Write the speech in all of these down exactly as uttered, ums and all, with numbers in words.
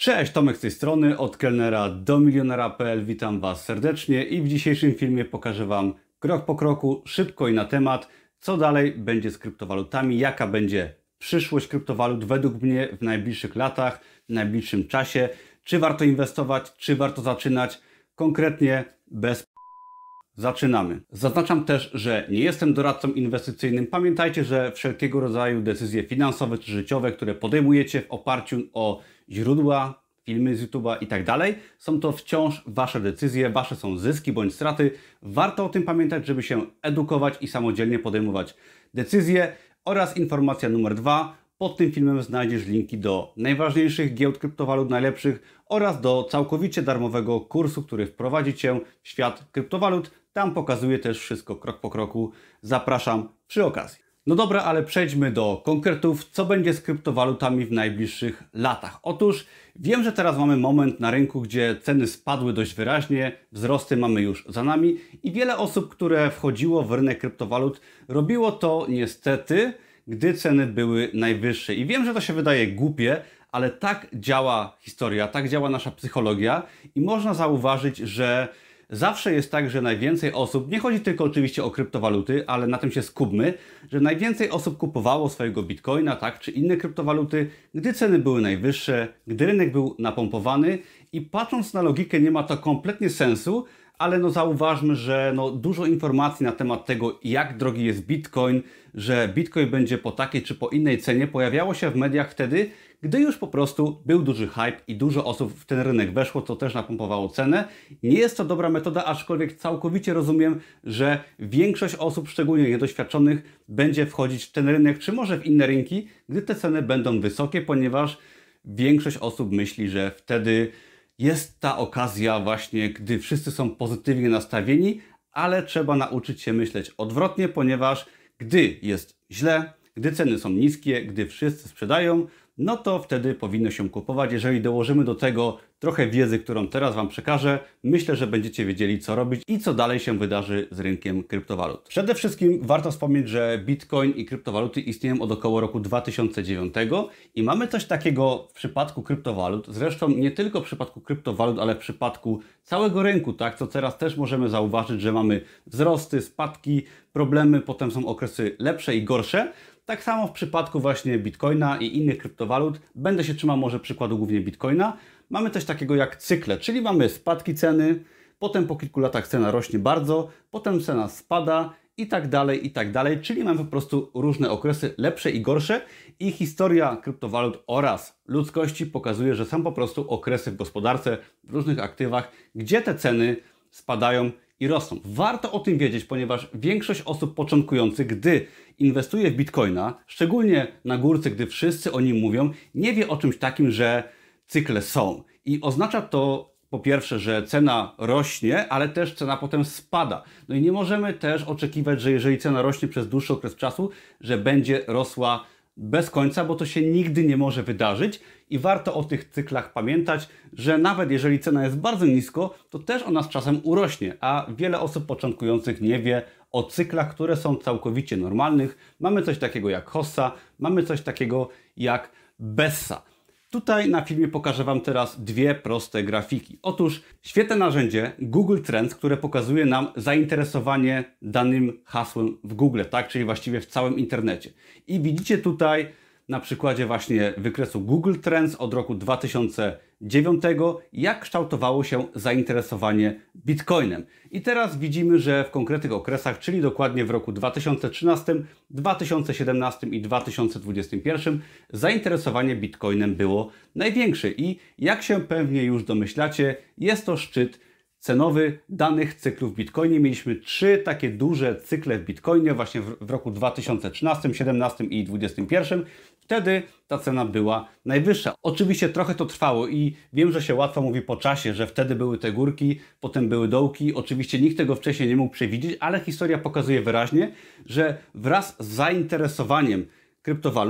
Cześć, Tomek z tej strony, od kelnera do milionera kropka p l. Witam Was serdecznie i w dzisiejszym filmie pokażę Wam krok po kroku, szybko i na temat, co dalej będzie z kryptowalutami, jaka będzie przyszłość kryptowalut według mnie w najbliższych latach, w najbliższym czasie, czy warto inwestować, czy warto zaczynać, konkretnie bez Zaczynamy. Zaznaczam też, że nie jestem doradcą inwestycyjnym. Pamiętajcie, że wszelkiego rodzaju decyzje finansowe czy życiowe, które podejmujecie w oparciu o źródła, filmy z YouTube'a i tak dalej, są to wciąż Wasze decyzje, Wasze są zyski bądź straty. Warto o tym pamiętać, żeby się edukować i samodzielnie podejmować decyzje. Oraz informacja numer dwa. Pod tym filmem znajdziesz linki do najważniejszych giełd kryptowalut, najlepszych oraz do całkowicie darmowego kursu, który wprowadzi Cię w świat kryptowalut. Tam pokazuję też wszystko krok po kroku. Zapraszam przy okazji. No dobra, ale przejdźmy do konkretów, co będzie z kryptowalutami w najbliższych latach. Otóż wiem, że teraz mamy moment na rynku, gdzie ceny spadły dość wyraźnie, wzrosty mamy już za nami i wiele osób, które wchodziło w rynek kryptowalut, robiło to niestety, gdy ceny były najwyższe. I wiem, że to się wydaje głupie, ale tak działa historia, tak działa nasza psychologia i można zauważyć, że zawsze jest tak, że najwięcej osób, nie chodzi tylko oczywiście o kryptowaluty, ale na tym się skupmy, że najwięcej osób kupowało swojego bitcoina, tak, czy inne kryptowaluty, gdy ceny były najwyższe, gdy rynek był napompowany i patrząc na logikę nie ma to kompletnie sensu, ale no zauważmy, że no dużo informacji na temat tego, jak drogi jest Bitcoin, że Bitcoin będzie po takiej czy po innej cenie, pojawiało się w mediach wtedy, gdy już po prostu był duży hype i dużo osób w ten rynek weszło, co też napompowało cenę. Nie jest to dobra metoda, aczkolwiek całkowicie rozumiem, że większość osób, szczególnie niedoświadczonych, będzie wchodzić w ten rynek, czy może w inne rynki, gdy te ceny będą wysokie, ponieważ większość osób myśli, że wtedy jest ta okazja właśnie, gdy wszyscy są pozytywnie nastawieni, ale trzeba nauczyć się myśleć odwrotnie, ponieważ gdy jest źle, gdy ceny są niskie, gdy wszyscy sprzedają, no to wtedy powinno się kupować. Jeżeli dołożymy do tego trochę wiedzy, którą teraz Wam przekażę, myślę, że będziecie wiedzieli, co robić i co dalej się wydarzy z rynkiem kryptowalut. Przede wszystkim warto wspomnieć, że Bitcoin i kryptowaluty istnieją od około roku dwa tysiące dziewiątego i mamy coś takiego w przypadku kryptowalut, zresztą nie tylko w przypadku kryptowalut, ale w przypadku całego rynku, tak, co teraz też możemy zauważyć, że mamy wzrosty, spadki, problemy, potem są okresy lepsze i gorsze. Tak samo w przypadku właśnie Bitcoina i innych kryptowalut, będę się trzymał może przykładu głównie Bitcoina, mamy coś takiego jak cykle, czyli mamy spadki ceny, potem po kilku latach cena rośnie bardzo, potem cena spada i tak dalej, i tak dalej, czyli mamy po prostu różne okresy, lepsze i gorsze i historia kryptowalut oraz ludzkości pokazuje, że są po prostu okresy w gospodarce, w różnych aktywach, gdzie te ceny spadają i rosną. Warto o tym wiedzieć, ponieważ większość osób początkujących, gdy inwestuje w Bitcoina, szczególnie na górce, gdy wszyscy o nim mówią, nie wie o czymś takim, że cykle są. I oznacza to po pierwsze, że cena rośnie, ale też cena potem spada. No i nie możemy też oczekiwać, że jeżeli cena rośnie przez dłuższy okres czasu, że będzie rosła bez końca, bo to się nigdy nie może wydarzyć i warto o tych cyklach pamiętać, że nawet jeżeli cena jest bardzo nisko, to też ona z czasem urośnie, a wiele osób początkujących nie wie o cyklach, które są całkowicie normalnych. Mamy coś takiego jak hossa, mamy coś takiego jak bessa. Tutaj na filmie pokażę Wam teraz dwie proste grafiki. Otóż świetne narzędzie Google Trends, które pokazuje nam zainteresowanie danym hasłem w Google, tak? Czyli właściwie w całym internecie. I widzicie tutaj na przykładzie właśnie wykresu Google Trends od roku dwa tysiące dziewiątego, jak kształtowało się zainteresowanie Bitcoinem. I teraz widzimy, że w konkretnych okresach, czyli dokładnie w roku dwa tysiące trzynastym, dwa tysiące siedemnastym i dwa tysiące dwudziestym pierwszym zainteresowanie Bitcoinem było największe. I jak się pewnie już domyślacie, jest to szczyt cenowy danych cyklów w Bitcoinie. Mieliśmy trzy takie duże cykle w Bitcoinie właśnie w, w roku dwa tysiące trzynastym, siedemnastym i dwudziestym pierwszym. Wtedy ta cena była najwyższa. Oczywiście trochę to trwało i wiem, że się łatwo mówi po czasie, że wtedy były te górki, potem były dołki. Oczywiście nikt tego wcześniej nie mógł przewidzieć, ale historia pokazuje wyraźnie, że wraz z zainteresowaniem kryptowalut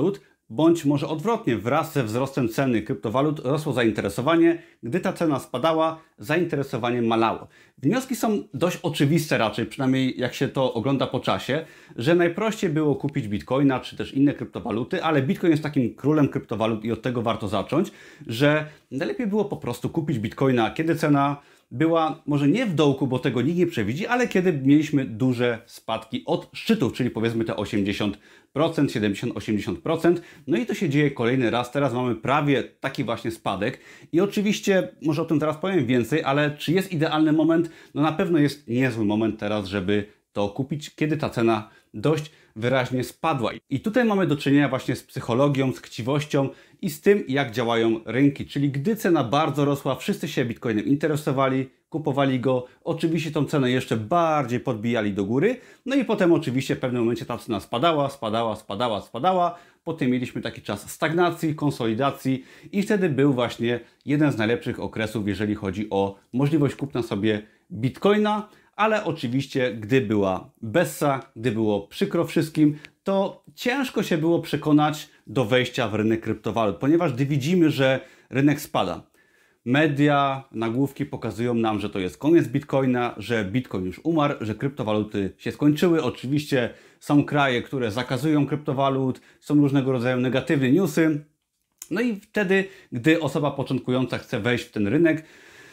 Bądź może odwrotnie, wraz ze wzrostem ceny kryptowalut rosło zainteresowanie, gdy ta cena spadała, zainteresowanie malało. Wnioski są dość oczywiste raczej, przynajmniej jak się to ogląda po czasie, że najprościej było kupić bitcoina czy też inne kryptowaluty, ale bitcoin jest takim królem kryptowalut i od tego warto zacząć, że najlepiej było po prostu kupić bitcoina, kiedy cena była może nie w dołku, bo tego nikt nie przewidzi, ale kiedy mieliśmy duże spadki od szczytów, czyli powiedzmy te osiemdziesiąt procent, siedemdziesiąt do osiemdziesięciu procent. No i to się dzieje kolejny raz. Teraz mamy prawie taki właśnie spadek. I oczywiście, może o tym teraz powiem więcej, ale czy jest idealny moment? No na pewno jest niezły moment teraz, żeby to kupić, kiedy ta cena dość wyraźnie spadła. I tutaj mamy do czynienia właśnie z psychologią, z chciwością i z tym, jak działają rynki. Czyli gdy cena bardzo rosła, wszyscy się bitcoinem interesowali, kupowali go, oczywiście tą cenę jeszcze bardziej podbijali do góry, no i potem oczywiście w pewnym momencie ta cena spadała, spadała, spadała, spadała. Potem mieliśmy taki czas stagnacji, konsolidacji i wtedy był właśnie jeden z najlepszych okresów, jeżeli chodzi o możliwość kupna sobie bitcoina. Ale oczywiście, gdy była bessa, gdy było przykro wszystkim, to ciężko się było przekonać do wejścia w rynek kryptowalut, ponieważ gdy widzimy, że rynek spada, media, nagłówki pokazują nam, że to jest koniec bitcoina, że bitcoin już umarł, że kryptowaluty się skończyły. Oczywiście są kraje, które zakazują kryptowalut, są różnego rodzaju negatywne newsy. No i wtedy, gdy osoba początkująca chce wejść w ten rynek,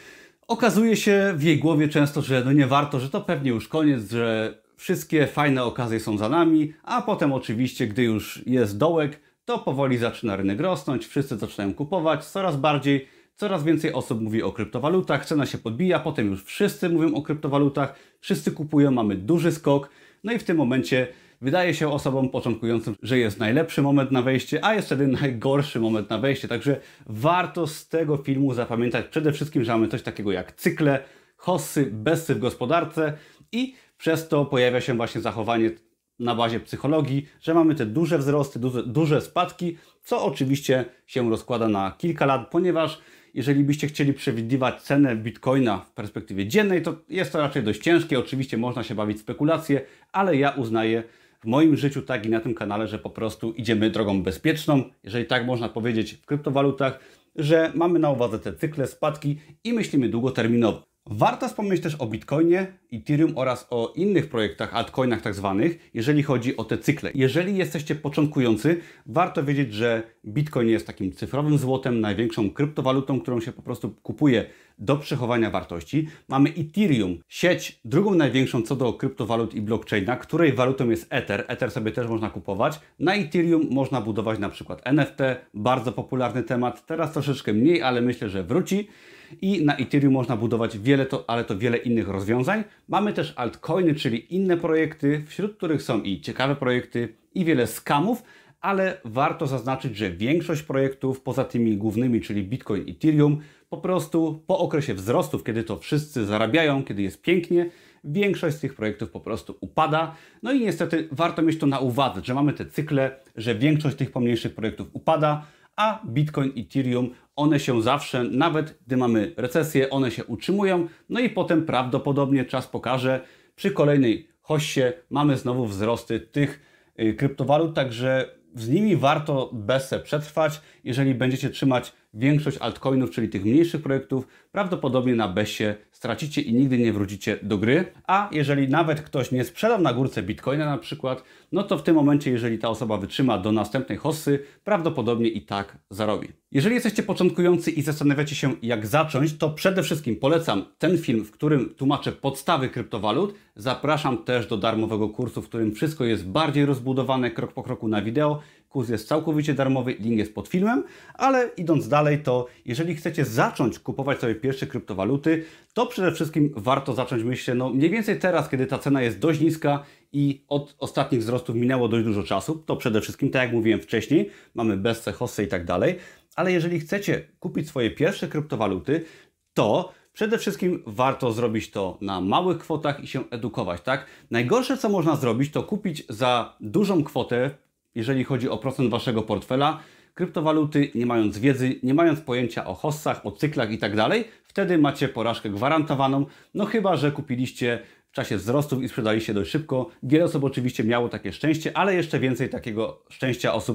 okazuje się w jej głowie często, że no nie warto, że to pewnie już koniec, że wszystkie fajne okazje są za nami, a potem oczywiście, gdy już jest dołek, to powoli zaczyna rynek rosnąć, wszyscy zaczynają kupować coraz bardziej, coraz więcej osób mówi o kryptowalutach, cena się podbija, potem już wszyscy mówią o kryptowalutach, wszyscy kupują, mamy duży skok, no i w tym momencie wydaje się osobom początkującym, że jest najlepszy moment na wejście, a jest wtedy najgorszy moment na wejście. Także warto z tego filmu zapamiętać przede wszystkim, że mamy coś takiego jak cykle, hossy, bessy w gospodarce i przez to pojawia się właśnie zachowanie na bazie psychologii, że mamy te duże wzrosty, duże, duże spadki, co oczywiście się rozkłada na kilka lat, ponieważ jeżeli byście chcieli przewidywać cenę bitcoina w perspektywie dziennej, to jest to raczej dość ciężkie. Oczywiście można się bawić w spekulacje, ale ja uznaję w moim życiu, tak i na tym kanale, że po prostu idziemy drogą bezpieczną, jeżeli tak można powiedzieć w kryptowalutach, że mamy na uwadze te cykle, spadki i myślimy długoterminowo. Warto wspomnieć też o Bitcoinie, Ethereum oraz o innych projektach, altcoinach tak zwanych, jeżeli chodzi o te cykle. Jeżeli jesteście początkujący, warto wiedzieć, że Bitcoin jest takim cyfrowym złotem, największą kryptowalutą, którą się po prostu kupuje do przechowania wartości. Mamy Ethereum, sieć drugą największą co do kryptowalut i blockchaina, której walutą jest Ether. Ether sobie też można kupować. Na Ethereum można budować na przykład N F T, bardzo popularny temat, teraz troszeczkę mniej, ale myślę, że wróci. I na Ethereum można budować wiele, to, ale to wiele innych rozwiązań. Mamy też altcoiny, czyli inne projekty, wśród których są i ciekawe projekty, i wiele skamów, ale warto zaznaczyć, że większość projektów poza tymi głównymi, czyli Bitcoin i Ethereum, po prostu po okresie wzrostów, kiedy to wszyscy zarabiają, kiedy jest pięknie, większość z tych projektów po prostu upada. No i niestety warto mieć to na uwadze, że mamy te cykle, że większość tych pomniejszych projektów upada, a Bitcoin i Ethereum, one się zawsze, nawet gdy mamy recesję, one się utrzymują, no i potem prawdopodobnie czas pokaże, przy kolejnej hossie mamy znowu wzrosty tych y, kryptowalut, także z nimi warto bessę przetrwać. Jeżeli będziecie trzymać większość altcoinów, czyli tych mniejszych projektów, prawdopodobnie na bessie stracicie i nigdy nie wrócicie do gry. A jeżeli nawet ktoś nie sprzedał na górce Bitcoina na przykład, no to w tym momencie, jeżeli ta osoba wytrzyma do następnej hossy, prawdopodobnie i tak zarobi. Jeżeli jesteście początkujący i zastanawiacie się, jak zacząć, to przede wszystkim polecam ten film, w którym tłumaczę podstawy kryptowalut. Zapraszam też do darmowego kursu, w którym wszystko jest bardziej rozbudowane, krok po kroku na wideo. Kurs jest całkowicie darmowy, link jest pod filmem, ale idąc dalej, to jeżeli chcecie zacząć kupować sobie pierwsze kryptowaluty, to przede wszystkim warto zacząć, myślę, no mniej więcej teraz, kiedy ta cena jest dość niska i od ostatnich wzrostów minęło dość dużo czasu, to przede wszystkim, tak jak mówiłem wcześniej, mamy bessę, hossę i tak dalej, ale jeżeli chcecie kupić swoje pierwsze kryptowaluty, to przede wszystkim warto zrobić to na małych kwotach i się edukować, tak? Najgorsze, co można zrobić, to kupić za dużą kwotę, jeżeli chodzi o procent waszego portfela, kryptowaluty, nie mając wiedzy, nie mając pojęcia o hossach, o cyklach i tak dalej, wtedy macie porażkę gwarantowaną, no chyba że kupiliście w czasie wzrostów i sprzedaliście dość szybko. Wiele osób oczywiście miało takie szczęście, ale jeszcze więcej takiego szczęścia osób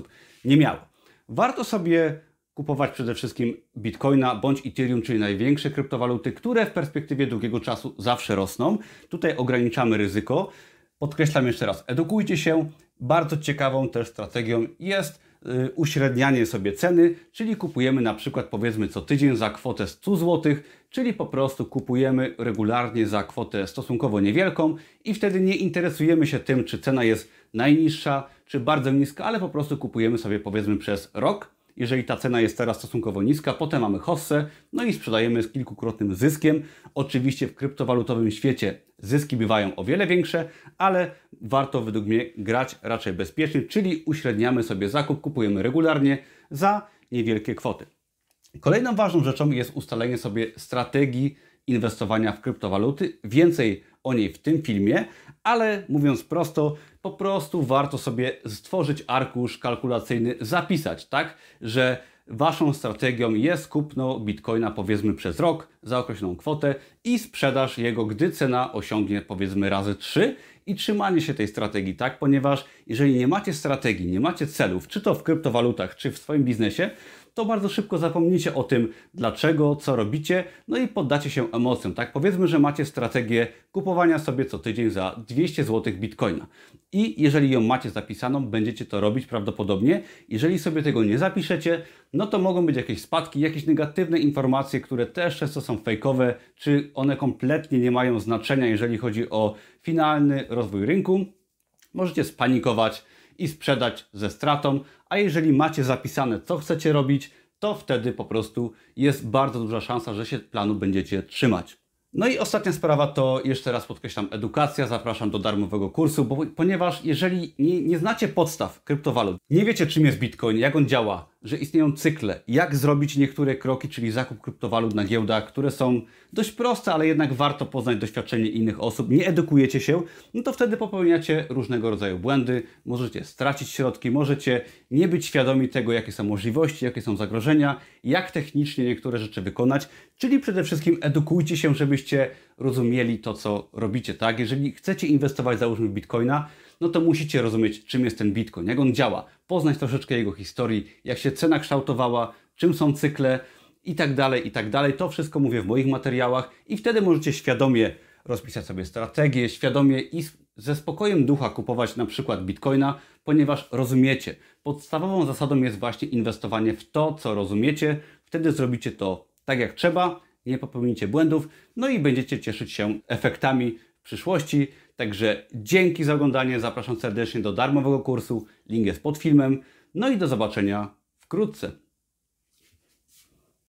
nie miało. Warto sobie kupować przede wszystkim Bitcoina bądź Ethereum, czyli największe kryptowaluty, które w perspektywie długiego czasu zawsze rosną. Tutaj ograniczamy ryzyko. Podkreślam jeszcze raz, edukujcie się. Bardzo ciekawą też strategią jest yy, uśrednianie sobie ceny, czyli kupujemy na przykład powiedzmy co tydzień za kwotę stu złotych, czyli po prostu kupujemy regularnie za kwotę stosunkowo niewielką i wtedy nie interesujemy się tym, czy cena jest najniższa, czy bardzo niska, ale po prostu kupujemy sobie powiedzmy przez rok. Jeżeli ta cena jest teraz stosunkowo niska, potem mamy hossę, no i sprzedajemy z kilkukrotnym zyskiem. Oczywiście w kryptowalutowym świecie zyski bywają o wiele większe, ale warto według mnie grać raczej bezpiecznie, czyli uśredniamy sobie zakup, kupujemy regularnie za niewielkie kwoty. Kolejną ważną rzeczą jest ustalenie sobie strategii inwestowania w kryptowaluty. Więcej o niej w tym filmie, ale mówiąc prosto, po prostu warto sobie stworzyć arkusz kalkulacyjny, zapisać, tak, że Waszą strategią jest kupno Bitcoina powiedzmy przez rok za określoną kwotę i sprzedaż jego, gdy cena osiągnie powiedzmy razy trzy i trzymanie się tej strategii, tak, ponieważ jeżeli nie macie strategii, nie macie celów, czy to w kryptowalutach, czy w swoim biznesie, to bardzo szybko zapomnicie o tym, dlaczego, co robicie, no i poddacie się emocjom, tak? Powiedzmy, że macie strategię kupowania sobie co tydzień za dwieście złotych Bitcoina i jeżeli ją macie zapisaną, będziecie to robić prawdopodobnie. Jeżeli sobie tego nie zapiszecie, no to mogą być jakieś spadki, jakieś negatywne informacje, które też często są fejkowe, czy one kompletnie nie mają znaczenia, jeżeli chodzi o finalny rozwój rynku. Możecie spanikować i sprzedać ze stratą, a jeżeli macie zapisane, co chcecie robić, to wtedy po prostu jest bardzo duża szansa, że się planu będziecie trzymać. No i ostatnia sprawa to, jeszcze raz podkreślam, edukacja. Zapraszam do darmowego kursu, bo, ponieważ jeżeli nie, nie znacie podstaw kryptowalut, nie wiecie czym jest Bitcoin, jak on działa, że istnieją cykle, jak zrobić niektóre kroki, czyli zakup kryptowalut na giełdach, które są dość proste, ale jednak warto poznać doświadczenie innych osób, nie edukujecie się, no to wtedy popełniacie różnego rodzaju błędy, możecie stracić środki, możecie nie być świadomi tego, jakie są możliwości, jakie są zagrożenia, jak technicznie niektóre rzeczy wykonać, czyli przede wszystkim edukujcie się, żebyście rozumieli to, co robicie, tak? Jeżeli chcecie inwestować, załóżmy w Bitcoina, no to musicie rozumieć, czym jest ten Bitcoin, jak on działa, poznać troszeczkę jego historii, jak się cena kształtowała, czym są cykle i tak dalej, i tak dalej. To wszystko mówię w moich materiałach i wtedy możecie świadomie rozpisać sobie strategię, świadomie i ze spokojem ducha kupować na przykład Bitcoina, ponieważ rozumiecie. Podstawową zasadą jest właśnie inwestowanie w to, co rozumiecie. Wtedy zrobicie to tak jak trzeba, nie popełnicie błędów, no i będziecie cieszyć się efektami w przyszłości. Także dzięki za oglądanie, zapraszam serdecznie do darmowego kursu, link jest pod filmem, no i do zobaczenia wkrótce.